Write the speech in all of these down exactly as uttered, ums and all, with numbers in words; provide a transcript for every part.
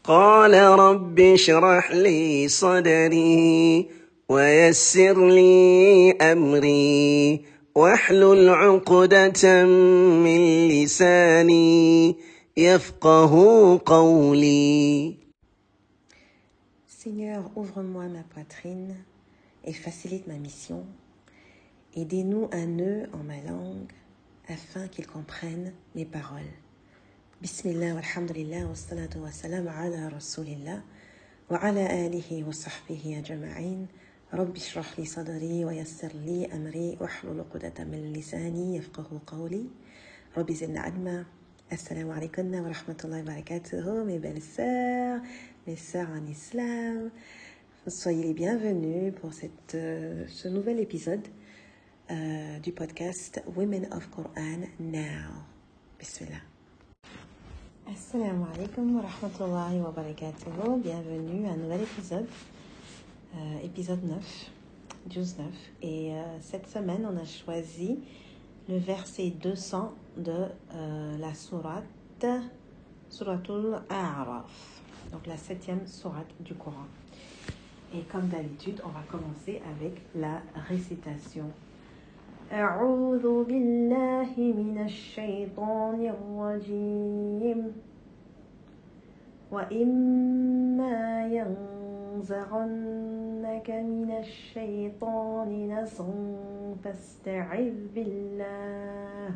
قال رب اشرح لي صدري ويسر لي أمري واحلل عقدة من لساني يفقه قولي. Seigneur, ouvre-moi ma poitrine et facilite ma mission. Aidez-nous un nœud en ma langue afin qu'il comprenne mes paroles. Bismillah, walhamdulillah, wa salatu wa salam ala rasulillah wa ala alihi wa sahbihi ajma'in. Rabbi shrah li sadri wa yassir li amri wa hlul uqdatan min lisani yafqahu qawli. Rabbi zidna ilma. Assalamu alaikum wa rahmatullahi wa barakatuh, mes belles sœurs, mes sœurs en islam. Soyez les bienvenus pour cette, euh, ce nouvel épisode euh, du podcast Women of Quran Now. Bismillah. Assalamu alaikum wa rahmatullahi wa barakatuh. Bienvenue à un nouvel épisode, euh, épisode neuf, juz neuf. Et euh, cette semaine, on a choisi le verset deux cents de euh, la sourate, Suratul A'raf, donc la septième sourate du Coran. Et comme d'habitude, on va commencer avec la récitation. A'udhu billahi minash shaytanir rajim. Wa imma yanzaghannaka minash shaytani nazghun fasta'idh billah.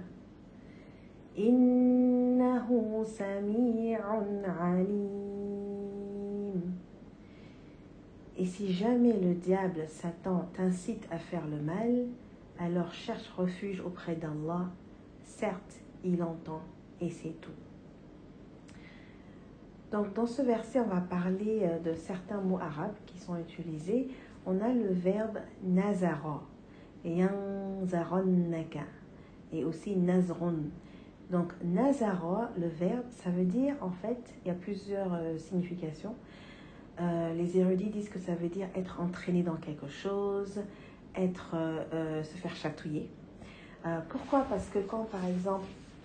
Innahu sami'un alim. Et si jamais le diable, Satan, t'incite à faire le mal, alors cherche refuge auprès d'Allah. Certes, il entend et c'est tout. Donc, dans ce verset, on va parler de certains mots arabes qui sont utilisés. On a le verbe nazara, yanzaronnaka, et aussi nazron. Donc, nazara, le verbe, ça veut dire, en fait, il y a plusieurs euh, significations. Euh, les érudits disent que ça veut dire être entraîné dans quelque chose, être, euh, euh, se faire chatouiller. Euh, pourquoi ? Parce que quand, par exemple,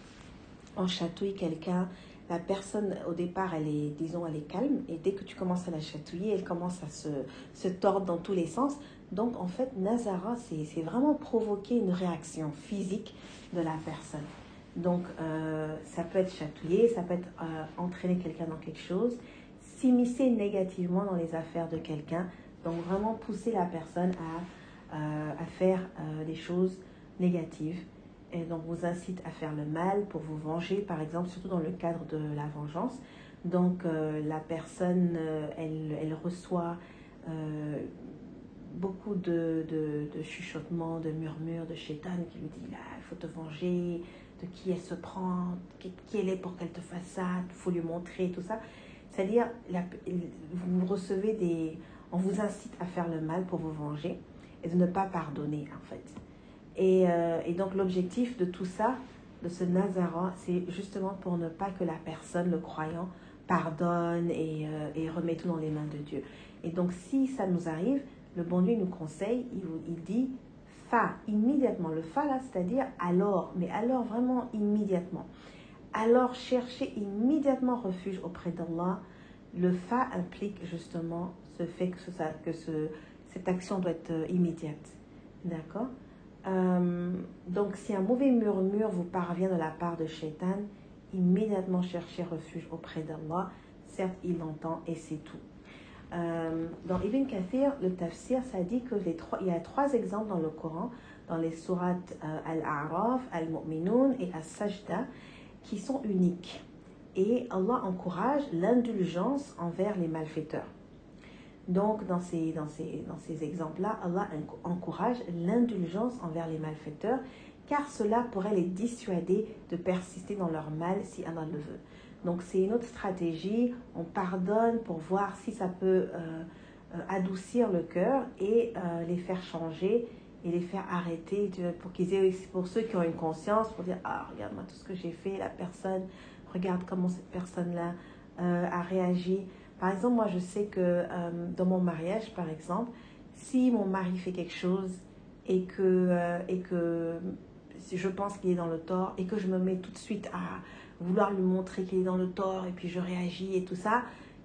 on chatouille quelqu'un, la personne, au départ, elle est, disons, elle est calme, et dès que tu commences à la chatouiller, elle commence à se, se tordre dans tous les sens. Donc, en fait, nazara, c'est, c'est vraiment provoquer une réaction physique de la personne. Donc, euh, ça peut être chatouiller, ça peut être euh, entraîner quelqu'un dans quelque chose, s'immiscer négativement dans les affaires de quelqu'un. Donc, vraiment pousser la personne à, euh, à faire euh, des choses négatives. Et donc, vous incite à faire le mal pour vous venger, par exemple, surtout dans le cadre de la vengeance. Donc, euh, la personne, euh, elle, elle reçoit euh, beaucoup de, de, de chuchotements, de murmures, de shaitan qui lui dit, là, il faut te venger, de qui elle se prend, qui, qui elle est pour qu'elle te fasse ça, il faut lui montrer, tout ça. C'est-à-dire, la, vous recevez des... On vous incite à faire le mal pour vous venger et de ne pas pardonner, en fait. Et, euh, et donc, l'objectif de tout ça, de ce nazara, c'est justement pour ne pas que la personne, le croyant, pardonne et, euh, et remet tout dans les mains de Dieu. Et donc, si ça nous arrive, le bon Dieu nous conseille, il, il dit « fa » immédiatement. Le « fa » là, c'est-à-dire « alors », mais alors vraiment immédiatement. Alors, cherchez immédiatement refuge auprès d'Allah. Le « fa » implique justement ce fait que, ce, que ce, cette action doit être immédiate. D'accord ? Euh, donc, si un mauvais murmure vous parvient de la part de Shaitan, immédiatement cherchez refuge auprès d'Allah. Certes, il entend et c'est tout. Euh, dans Ibn Kathir, le tafsir, ça dit que les trois, il y a trois exemples dans le Coran, dans les sourates euh, Al-A'raf, Al-Mu'minun et As-Sajda, qui sont uniques. Et Allah encourage l'indulgence envers les malfaiteurs. Donc, dans ces, dans ces, dans ces exemples-là, Allah encourage l'indulgence envers les malfaiteurs, car cela pourrait les dissuader de persister dans leur mal si Allah le veut. Donc, c'est une autre stratégie. On pardonne pour voir si ça peut euh, euh, adoucir le cœur et euh, les faire changer et les faire arrêter, pour qu'ils aient, pour ceux qui ont une conscience, pour dire « Ah, regarde-moi tout ce que j'ai fait, la personne, regarde comment cette personne-là euh, a réagi. » Par exemple, moi, je sais que euh, dans mon mariage, par exemple, si mon mari fait quelque chose et que, euh, et que si je pense qu'il est dans le tort et que je me mets tout de suite à vouloir lui montrer qu'il est dans le tort et puis je réagis et tout ça,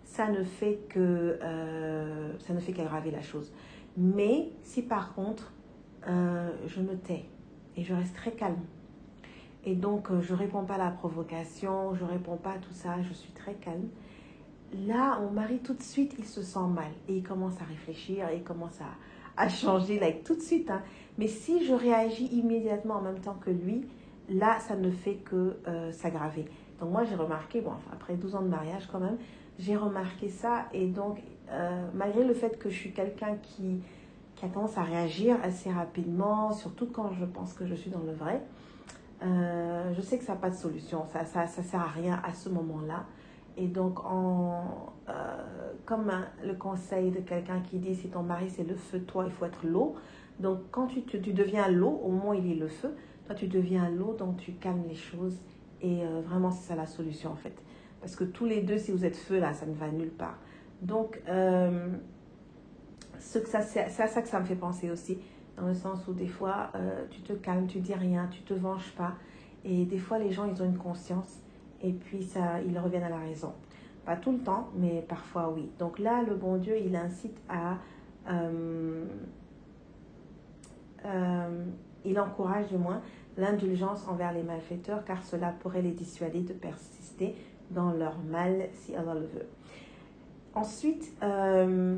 ça ne fait que euh, ça ne fait qu'aggraver la chose. Mais si par contre euh, je me tais et je reste très calme et donc euh, je réponds pas à la provocation, je réponds pas à tout ça, je suis très calme, là mon mari tout de suite il se sent mal et il commence à réfléchir et il commence à, à changer like, tout de suite. Hein. Mais si je réagis immédiatement en même temps que lui, là ça ne fait que euh, s'aggraver. Donc moi j'ai remarqué, bon enfin, après douze ans de mariage quand même, j'ai remarqué ça et donc euh, malgré le fait que je suis quelqu'un qui, qui a tendance à réagir assez rapidement, surtout quand je pense que je suis dans le vrai, euh, je sais que ça n'a pas de solution, ça ne ça, ça sert à rien à ce moment-là. Et donc, en, euh, comme un, le conseil de quelqu'un qui dit si ton mari c'est le feu, toi il faut être l'eau. Donc quand tu, tu, tu deviens l'eau, au moins il est le feu, toi tu deviens l'eau, donc tu calmes les choses. Et euh, vraiment c'est ça la solution en fait. Parce que tous les deux, si vous êtes feu là, ça ne va nulle part. Donc, euh, ce que ça, c'est ça, ça que ça me fait penser aussi. Dans le sens où des fois, euh, tu te calmes, tu dis rien, tu te venges pas. Et des fois, les gens, ils ont une conscience. Et puis, ça, ils reviennent à la raison. Pas tout le temps, mais parfois, oui. Donc là, le bon Dieu, il incite à... Euh, euh, il encourage du moins l'indulgence envers les malfaiteurs, car cela pourrait les dissuader de persister dans leur mal, si Allah le veut. Ensuite, euh,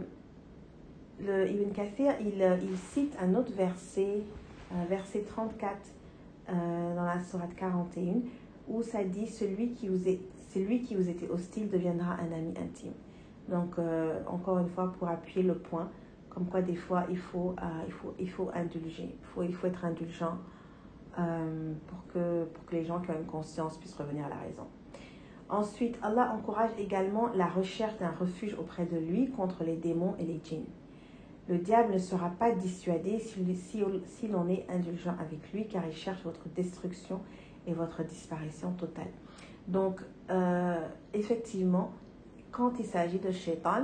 le Ibn Kathir, il, il cite un autre verset, euh, verset trente-quatre, euh, dans la sourate quarante et un, où ça dit « Celui qui vous est, celui qui vous était hostile deviendra un ami intime ». Donc, euh, encore une fois, pour appuyer le point, comme quoi des fois, il faut, euh, il faut, il faut indulger, il faut, il faut être indulgent euh, pour, que, pour que les gens qui ont une conscience puissent revenir à la raison. Ensuite, Allah encourage également la recherche d'un refuge auprès de lui contre les démons et les djinns. Le diable ne sera pas dissuadé si, si, si l'on est indulgent avec lui, car il cherche votre destruction et votre disparition totale. Donc, euh, effectivement, quand il s'agit de Shaitan,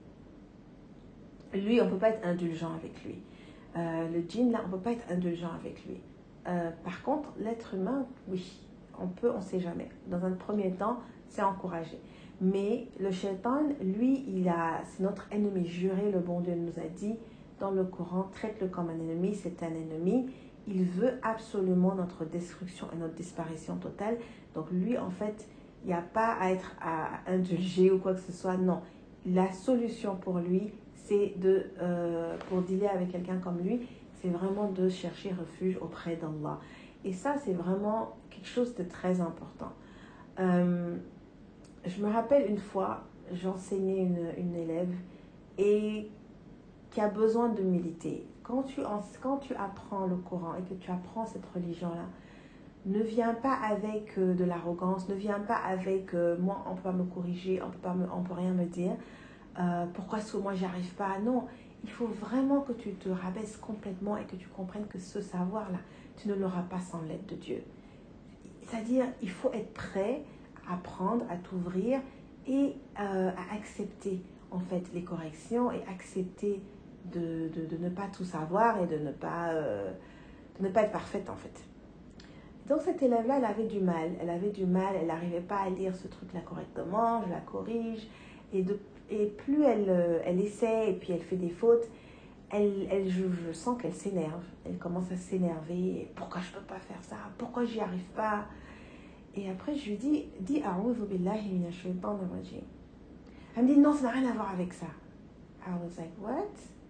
lui, on ne peut pas être indulgent avec lui. Euh, le djinn, là, on ne peut pas être indulgent avec lui. Euh, par contre, l'être humain, oui, on peut, on ne sait jamais. Dans un premier temps, c'est encouragé. Mais le shaitan, lui, il a, c'est notre ennemi juré. Le bon Dieu nous a dit dans le Coran, traite-le comme un ennemi, c'est un ennemi. Il veut absolument notre destruction et notre disparition totale. Donc lui, en fait, il n'y a pas à être à indulger ou quoi que ce soit. Non, la solution pour lui, c'est de, euh, pour dealer avec quelqu'un comme lui, c'est vraiment de chercher refuge auprès d'Allah. Et ça, c'est vraiment quelque chose de très important. Euh, je me rappelle une fois, j'enseignais une, une élève et qui a besoin de méditer. Quand tu, quand tu apprends le Coran et que tu apprends cette religion-là, ne viens pas avec euh, de l'arrogance, ne viens pas avec euh, moi, on ne peut pas me corriger, on ne peut, pas me, on peut rien me dire. Euh, pourquoi est-ce que moi, j'y arrive pas? Non, il faut vraiment que tu te rabaisses complètement et que tu comprennes que ce savoir-là, tu ne l'auras pas sans l'aide de Dieu. C'est-à-dire, il faut être prêt à apprendre, à t'ouvrir et euh, à accepter en fait les corrections et accepter de, de, de ne pas tout savoir et de ne pas, euh, de ne pas être parfaite en fait. Donc cette élève-là, elle avait du mal, elle avait du mal, elle n'arrivait pas à lire ce truc-là correctement, je la corrige et, de, et plus elle, elle essaie et puis elle fait des fautes, elle, elle, je, je sens qu'elle s'énerve, elle commence à s'énerver, pourquoi je ne peux pas faire ça, pourquoi j'y arrive pas. Et après je lui dis, dis A'udhu billahi minash shaitanir rajim. Elle me dit non, ça n'a rien à voir avec ça. I was like, what?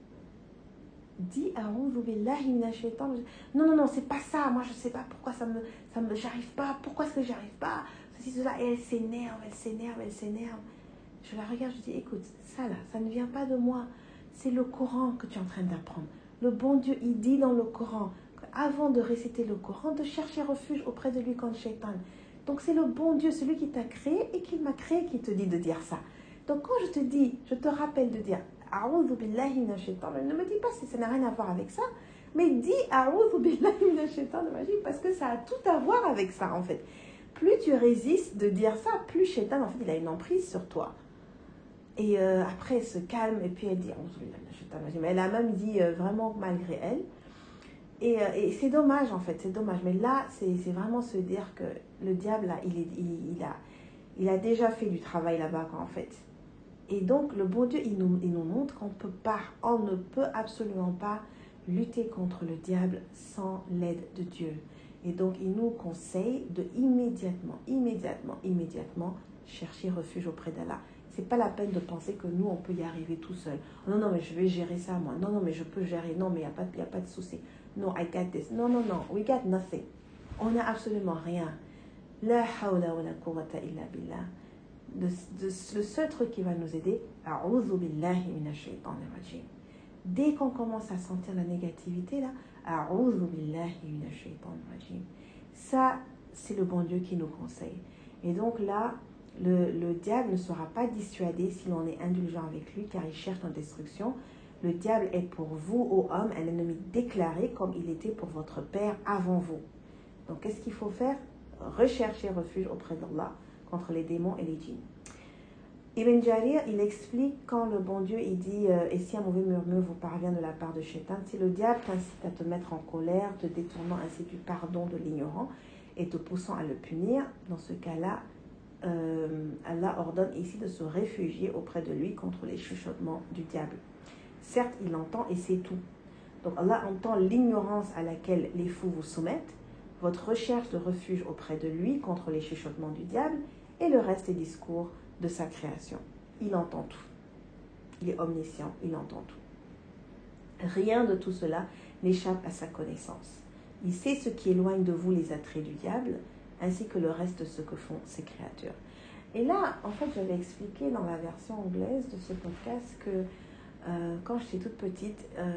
Dis A'udhu billahi minash shaitanir rajim. Non, non, non, c'est pas ça, moi je sais pas pourquoi ça me, ça me, j'arrive pas, pourquoi est-ce que j'arrive pas, ceci, cela, et elle s'énerve, elle s'énerve, elle s'énerve. Je la regarde, je dis, écoute, ça là, ça ne vient pas de moi. C'est le Coran que tu es en train d'apprendre. Le bon Dieu, il dit dans le Coran, avant de réciter le Coran, de chercher refuge auprès de lui contre Shaitan. Donc c'est le bon Dieu, celui qui t'a créé et qui m'a créé, qui te dit de dire ça. Donc quand je te dis, je te rappelle de dire, A'udhu billahi minash shaitan, ne me dis pas si ça n'a rien à voir avec ça, mais dis A'udhu billahi minash shaitan parce que ça a tout à voir avec ça en fait. Plus tu résistes de dire ça, plus Shaitan en fait il a une emprise sur toi. Et euh, après, elle se calme et puis elle dit, elle a même dit euh, vraiment malgré elle. Et, euh, et c'est dommage en fait, c'est dommage. Mais là, c'est, c'est vraiment se dire que le diable, là, il, est, il, il, a, il a déjà fait du travail là-bas, quoi, en fait. Et donc, le bon Dieu, il nous, il nous montre qu'on peut pas, on ne peut absolument pas lutter contre le diable sans l'aide de Dieu. Et donc, il nous conseille de immédiatement, immédiatement, immédiatement chercher refuge auprès d'Allah. C'est pas la peine de penser que nous, on peut y arriver tout seul. Non, non, mais je vais gérer ça, moi. Non, non, mais je peux gérer. Non, mais il n'y a, pas- y a pas de souci. No, I got this. Non, non, non. We got nothing. On n'a absolument rien. La hawla wa la quwwata illa billah. Le, le, le seul truc qui va nous aider, a'udhu billahi minash shaitanir rajim. Dès qu'on commence à sentir la négativité, là, a'udhu billahi minash shaitanir rajim. Ça, c'est le bon Dieu qui nous conseille. Et donc là, le, le diable ne sera pas dissuadé si l'on est indulgent avec lui, car il cherche notre destruction. Le diable est pour vous, ô homme, un ennemi déclaré, comme il était pour votre père avant vous. Donc, qu'est-ce qu'il faut faire? Rechercher refuge auprès d'Allah contre les démons et les djinns. Ibn Jarir, il explique quand le bon Dieu, il dit euh, « Et si un mauvais murmure vous parvient de la part de Shaitan, si le diable t'incite à te mettre en colère, te détournant ainsi du pardon de l'ignorant et te poussant à le punir, dans ce cas-là, euh, Allah ordonne ici de se réfugier auprès de lui contre les chuchotements du diable. Certes, il entend et c'est tout. Donc Allah entend l'ignorance à laquelle les fous vous soumettent, votre recherche de refuge auprès de lui contre les chuchotements du diable et le reste des discours de sa création. Il entend tout. Il est omniscient, il entend tout. Rien de tout cela n'échappe à sa connaissance. Il sait ce qui éloigne de vous les attraits du diable, ainsi que le reste de ce que font ses créatures. Et là, en fait, j'avais expliqué dans la version anglaise de ce podcast que euh, quand j'étais toute petite, euh,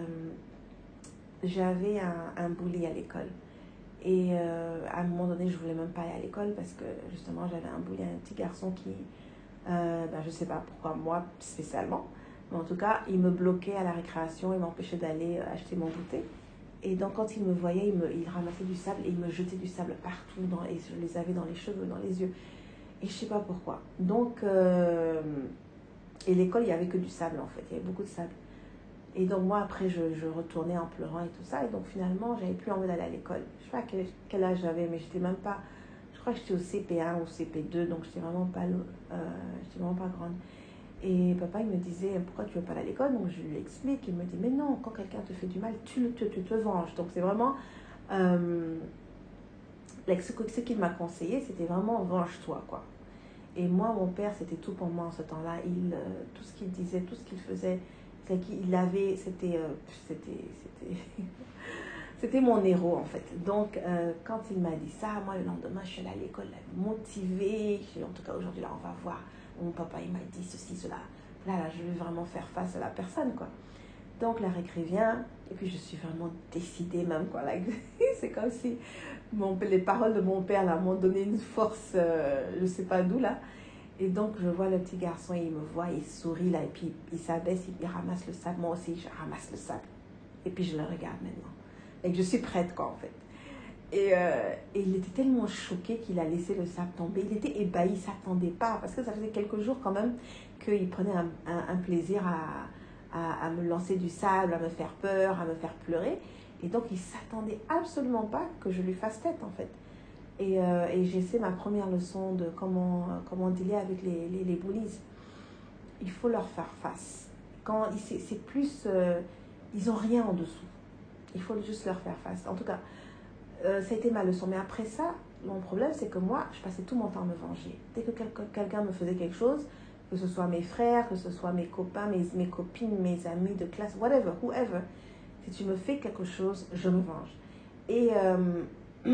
j'avais un, un bully à l'école. Et euh, à un moment donné, je ne voulais même pas aller à l'école parce que justement, j'avais un bully, un petit garçon qui, euh, ben, je ne sais pas pourquoi moi spécialement, mais en tout cas, il me bloquait à la récréation, il m'empêchait d'aller acheter mon goûter. Et donc, quand il me voyait, il, me, il ramassait du sable et il me jetait du sable partout, dans, et je les avais dans les cheveux, dans les yeux. Et je ne sais pas pourquoi. Donc, euh, et l'école, il n'y avait que du sable en fait, il y avait beaucoup de sable. Et donc moi après je, je retournais en pleurant et tout ça. Et donc finalement j'avais plus envie d'aller à l'école. Je sais pas quel, quel âge j'avais, mais j'étais même pas, je crois que j'étais au C P un ou C P deux, donc j'étais vraiment pas, euh, j'étais vraiment pas grande. Et papa il me disait pourquoi tu veux pas aller à l'école, donc je lui explique. Il me dit mais non, quand quelqu'un te fait du mal, tu, tu, tu te venges. Donc c'est vraiment, euh, ce, ce qu'il m'a conseillé, c'était vraiment venge-toi quoi. Et moi mon père c'était tout pour moi en ce temps-là. Il, euh, tout ce qu'il disait, tout ce qu'il faisait, c'est qu'il avait, c'était, euh, c'était, c'était, c'était mon héros en fait. Donc euh, quand il m'a dit ça, moi le lendemain je suis allée à l'école motivée. En tout cas aujourd'hui là on va voir. Mon papa il m'a dit ceci, cela. Là là je vais vraiment faire face à la personne quoi. Donc la récré vient et puis je suis vraiment décidée même quoi. Là, c'est comme si mon, les paroles de mon père là m'ont donné une force, euh, je sais pas d'où là. Et donc, je vois le petit garçon, il me voit, il sourit là, et puis il s'abaisse, il ramasse le sable. Moi aussi, je ramasse le sable. Et puis, je le regarde maintenant. Et je suis prête, quoi, en fait. Et, euh, et il était tellement choqué qu'il a laissé le sable tomber. Il était ébahi, il ne s'attendait pas. Parce que ça faisait quelques jours, quand même, qu'il prenait un, un, un plaisir à, à, à me lancer du sable, à me faire peur, à me faire pleurer. Et donc, il ne s'attendait absolument pas que je lui fasse tête, en fait. Et, euh, et j'ai fait ma première leçon de comment, comment dealer avec les, les, les bullies. Il faut leur faire face. Quand c'est, c'est plus, euh, ils n'ont rien en dessous. Il faut juste leur faire face. En tout cas, euh, ça a été ma leçon. Mais après ça, mon problème, c'est que moi, je passais tout mon temps à me venger. Dès que quel, quelqu'un me faisait quelque chose, que ce soit mes frères, que ce soit mes copains, mes, mes copines, mes amis de classe, whatever, whoever, si tu me fais quelque chose, je me venge. Et... Euh,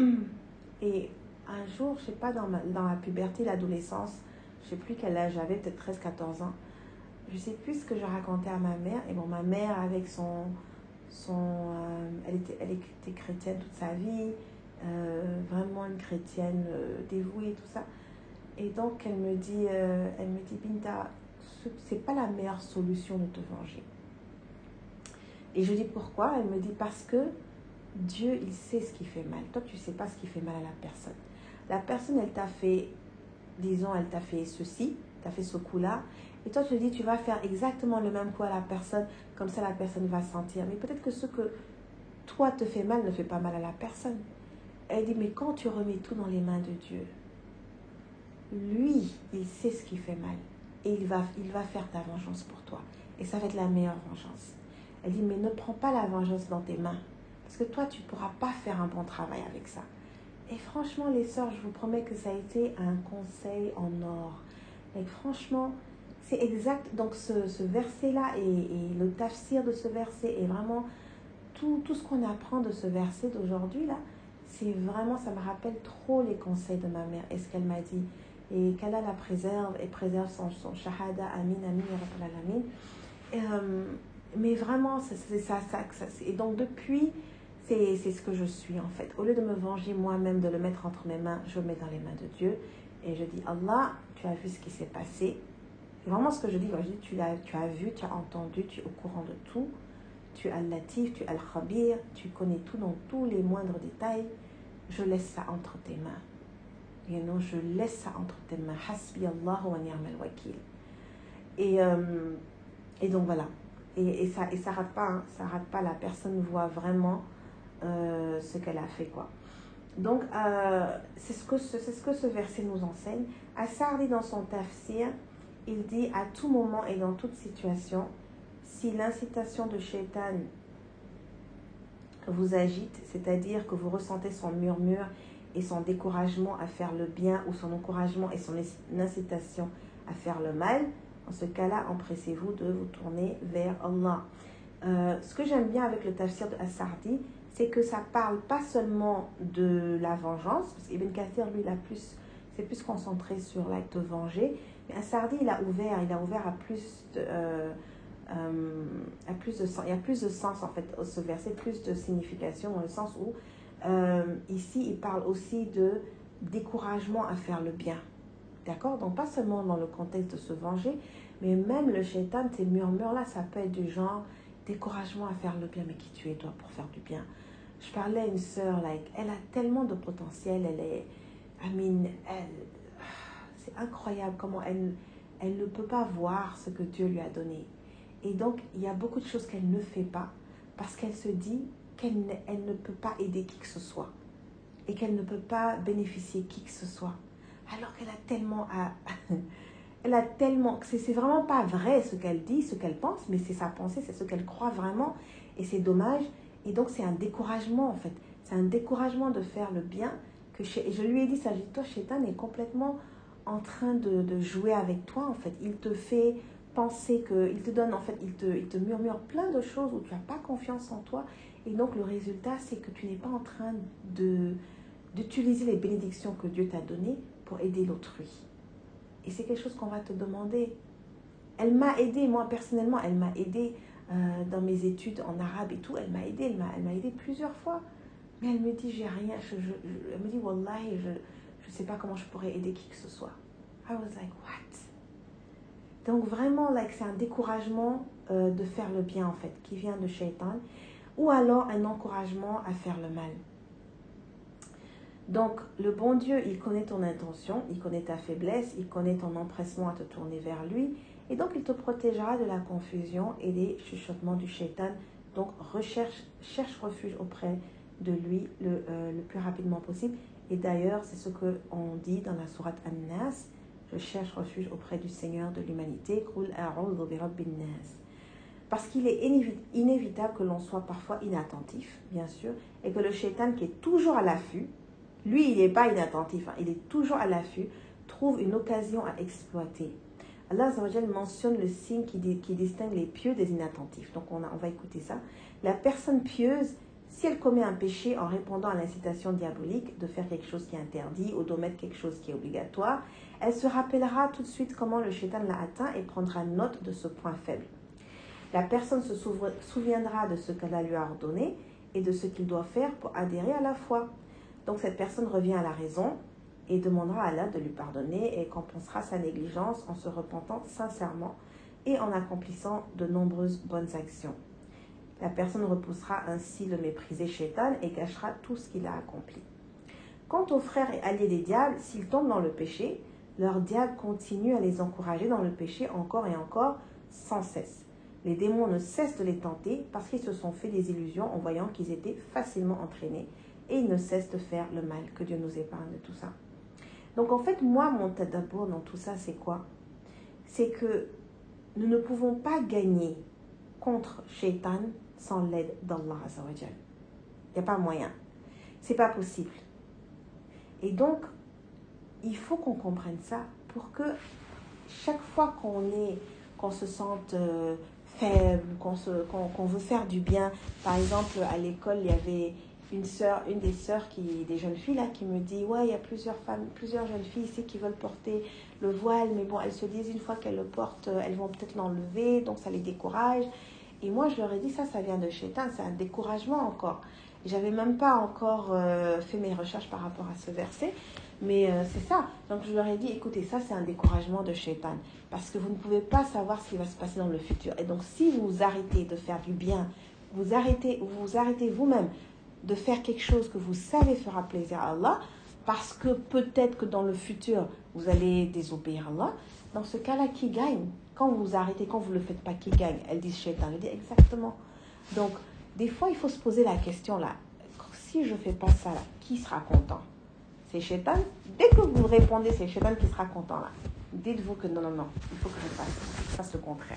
Et un jour, je ne sais pas, dans, ma, dans la puberté, l'adolescence, je ne sais plus quel âge j'avais, peut-être treize quatorze ans, je ne sais plus ce que je racontais à ma mère. Et bon, ma mère, avec son... son euh, elle, était, elle était chrétienne toute sa vie, euh, vraiment une chrétienne euh, dévouée, tout ça. Et donc, elle me dit, euh, elle me dit Binta, ce n'est pas la meilleure solution de te venger. Et je dis pourquoi? Elle me dit parce que Dieu, il sait ce qui fait mal. Toi, tu ne sais pas ce qui fait mal à la personne. La personne, elle t'a fait, disons, elle t'a fait ceci, t'a fait ce coup-là. Et toi, tu te dis, tu vas faire exactement le même coup à la personne. Comme ça, la personne va sentir. Mais peut-être que ce que toi te fait mal ne fait pas mal à la personne. Elle dit, mais quand tu remets tout dans les mains de Dieu, lui, il sait ce qui fait mal. et il va, il va faire ta vengeance pour toi. Et ça va être la meilleure vengeance. Elle dit, mais ne prends pas la vengeance dans tes mains. Parce que toi, tu ne pourras pas faire un bon travail avec ça. Et franchement, les sœurs, je vous promets que ça a été un conseil en or. Et franchement, c'est exact. Donc, ce, ce verset-là et, et le tafsir de ce verset est vraiment tout, tout ce qu'on apprend de ce verset d'aujourd'hui, là, c'est vraiment, ça me rappelle trop les conseils de ma mère et ce qu'elle m'a dit. Et qu'Allah la préserve et préserve son, son shahada, amin, amin, ya rabbal alamin. Euh, mais vraiment, c'est ça, ça, ça. Et donc, depuis, c'est ce que je suis en fait. Au lieu de me venger moi-même, de le mettre entre mes mains, je le mets dans les mains de Dieu. Et je dis, Allah, tu as vu ce qui s'est passé. C'est vraiment ce que je dis. Je dis, tu as, tu as vu, tu as entendu, tu es au courant de tout. Tu es al-Latif, tu es al-Khabir, tu connais tout dans tous les moindres détails. Je laisse ça entre tes mains. Et non, je laisse ça entre tes mains. Hasbi Allah wa ni'mal wakil. Et, euh, et donc voilà. Et, et ça et ça rate pas. Hein. Ça rate pas. La personne voit vraiment euh, ce qu'elle a fait, quoi. Donc, euh, c'est ce, c'est ce que ce verset nous enseigne. As-Sa'di, dans son tafsir, il dit à tout moment et dans toute situation, si l'incitation de Shaitan vous agite, c'est-à-dire que vous ressentez son murmure et son découragement à faire le bien ou son encouragement et son incitation à faire le mal, dans ce cas-là, empressez-vous de vous tourner vers Allah. Euh, ce que j'aime bien avec le tafsir de As-Sa'di, c'est que ça parle pas seulement de la vengeance, parce qu'Ibn Kathir, lui, il a plus, c'est plus concentré sur l'acte de venger, mais As-Sa'di, il a ouvert, il a ouvert à plus de... Euh, Euh, a plus de sens, il y a plus de sens en fait ce verset, plus de signification dans le sens où euh, ici il parle aussi de découragement à faire le bien, d'accord, donc pas seulement dans le contexte de se venger, mais même le shaitan, ces murmures là, ça peut être du genre découragement à faire le bien. Mais qui tu es toi pour faire du bien? Je parlais à une sœur, like, elle a tellement de potentiel, elle est, I mean, elle, c'est incroyable comment elle, elle ne peut pas voir ce que Dieu lui a donné. Et donc, il y a beaucoup de choses qu'elle ne fait pas parce qu'elle se dit qu'elle ne, elle ne peut pas aider qui que ce soit et qu'elle ne peut pas bénéficier qui que ce soit. Alors qu'elle a tellement à... elle a tellement... C'est vraiment pas vrai ce qu'elle dit, ce qu'elle pense, mais c'est sa pensée, c'est ce qu'elle croit vraiment. Et c'est dommage. Et donc, c'est un découragement, en fait. C'est un découragement de faire le bien. Que je, je lui ai dit ça, j'ai dit, toi, Shaitan est complètement en train de, de jouer avec toi, en fait. Il te fait... penser qu'il te donne, en fait, il te, il te murmure plein de choses où tu n'as pas confiance en toi. Et donc, le résultat, c'est que tu n'es pas en train de, d'utiliser les bénédictions que Dieu t'a données pour aider l'autrui. Et c'est quelque chose qu'on va te demander. Elle m'a aidé, moi, personnellement, elle m'a aidé euh, dans mes études en arabe et tout. Elle m'a aidé, elle m'a, elle m'a aidé plusieurs fois. Mais elle me dit, j'ai rien. Je, je, je, elle me dit, Wallahi, je ne sais pas comment je pourrais aider qui que ce soit. I was like, what? Donc vraiment, like, c'est un découragement euh, de faire le bien, en fait, qui vient de Shaitan, ou alors un encouragement à faire le mal. Donc, le bon Dieu, il connaît ton intention, il connaît ta faiblesse, il connaît ton empressement à te tourner vers lui, et donc il te protégera de la confusion et des chuchotements du Shaitan. Donc, recherche, cherche refuge auprès de lui le, euh, le plus rapidement possible. Et d'ailleurs, c'est ce qu'on dit dans la sourate An-Nas, je cherche refuge auprès du Seigneur de l'humanité. Parce qu'il est inévitable que l'on soit parfois inattentif, bien sûr, et que le shaitan qui est toujours à l'affût, lui il n'est pas inattentif, hein, il est toujours à l'affût, trouve une occasion à exploiter. Allah Azza wa Jal mentionne le signe qui, qui distingue les pieux des inattentifs. Donc on, a, on va écouter ça. La personne pieuse, si elle commet un péché en répondant à l'incitation diabolique de faire quelque chose qui est interdit ou d'omettre quelque chose qui est obligatoire, elle se rappellera tout de suite comment le shaitan l'a atteint et prendra note de ce point faible. La personne se souviendra de ce qu'Allah lui a ordonné et de ce qu'il doit faire pour adhérer à la foi. Donc cette personne revient à la raison et demandera à Allah de lui pardonner et compensera sa négligence en se repentant sincèrement et en accomplissant de nombreuses bonnes actions. La personne repoussera ainsi le méprisé shaitan et cachera tout ce qu'il a accompli. Quant aux frères et alliés des diables, s'ils tombent dans le péché, leur diable continue à les encourager dans le péché encore et encore, sans cesse. Les démons ne cessent de les tenter parce qu'ils se sont fait des illusions en voyant qu'ils étaient facilement entraînés et ils ne cessent de faire le mal. Que Dieu nous épargne de tout ça. Donc en fait, moi, mon tadabour dans tout ça, c'est quoi? c'est que nous ne pouvons pas gagner contre Shaitan sans l'aide d'Allah Azza wa Jal. Il n'y a pas moyen. C'est pas possible. Et donc, il faut qu'on comprenne ça pour que chaque fois qu'on est, qu'on se sente euh, faible, qu'on, se, qu'on, qu'on veut faire du bien. Par exemple, à l'école, il y avait une sœur, une des sœurs, qui, des jeunes filles là, qui me dit « Ouais, il y a plusieurs femmes, plusieurs jeunes filles ici qui veulent porter le voile, mais bon, elles se disent une fois qu'elles le portent, elles vont peut-être l'enlever, donc ça les décourage. » Et moi, je leur ai dit, ça, ça vient de Shaitan, c'est un découragement encore. J'avais même pas encore euh, fait mes recherches par rapport à ce verset, mais euh, c'est ça. Donc je leur ai dit, écoutez, ça c'est un découragement de Shaitan, parce que vous ne pouvez pas savoir ce qui va se passer dans le futur. Et donc si vous arrêtez de faire du bien, vous arrêtez, vous arrêtez vous-même de faire quelque chose que vous savez fera plaisir à Allah, parce que peut-être que dans le futur, vous allez désobéir à Allah, dans ce cas-là, qui gagne? Quand vous arrêtez, quand vous ne le faites pas, qui gagne? Elle dit Shaitan, elle dit exactement. Donc, des fois, il faut se poser la question là, si je ne fais pas ça là, qui sera content? C'est Shaitan? Dès que vous répondez, c'est Shaitan qui sera content là. Dites-vous que non, non, non, il faut que je fasse, je fasse le contraire.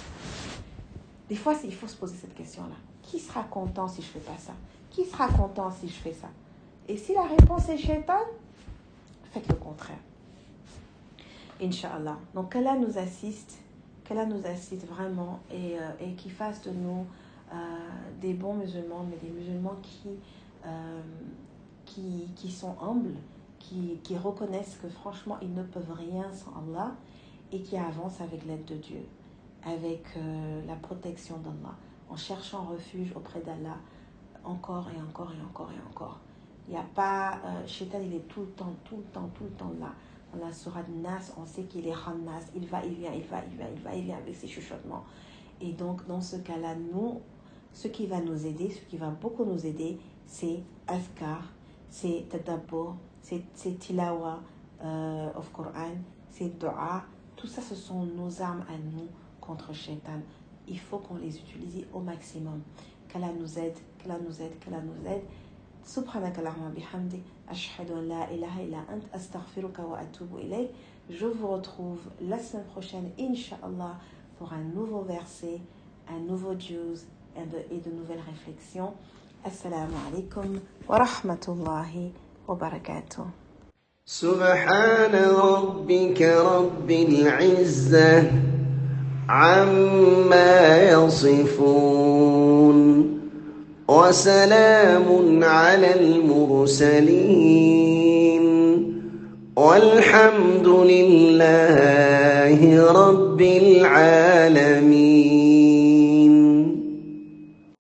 Des fois, il faut se poser cette question-là. Qui sera content si je ne fais pas ça? Qui sera content si je fais ça? Et si la réponse est Shaitan, faites le contraire. Inch'Allah. Donc, qu'Allah nous assiste, qu'Allah nous assiste vraiment et, euh, et qu'il fasse de nous euh, des bons musulmans, mais des musulmans qui, euh, qui, qui sont humbles, qui, qui reconnaissent que franchement, ils ne peuvent rien sans Allah et qui avancent avec l'aide de Dieu, avec euh, la protection d'Allah, en cherchant refuge auprès d'Allah encore et encore et encore et encore. Il n'y a pas... Euh, Shaitan, il est tout le temps, tout le temps, tout le temps là. Dans la sourate Nas, on sait qu'il est Khannas, il va, il vient, il va, il va, il va, il vient avec ses chuchotements. Et donc, dans ce cas-là, nous, ce qui va nous aider, ce qui va beaucoup nous aider, c'est Azkar, c'est Tadabbur, c'est, c'est Tilawa euh, of Quran, c'est Dua. Tout ça, ce sont nos armes à nous contre Shaitan. Il faut qu'on les utilise au maximum. Qu'Allah nous aide, qu'Allah nous aide, qu'Allah nous aide. Subhanaka Allahumma bihamdik, ashhadu an la ilaha illa ant, astaghfiruka wa atubu ilayk. Je vous retrouve la semaine prochaine, Inch'Allah, pour un nouveau verset, un nouveau juice et de, et de nouvelles réflexions. Assalamu alaikum wa rahmatullahi wa barakatuh. سبحان ربك رب العزة عما يصفون وسلام على المرسلين والحمد لله رب العالمين.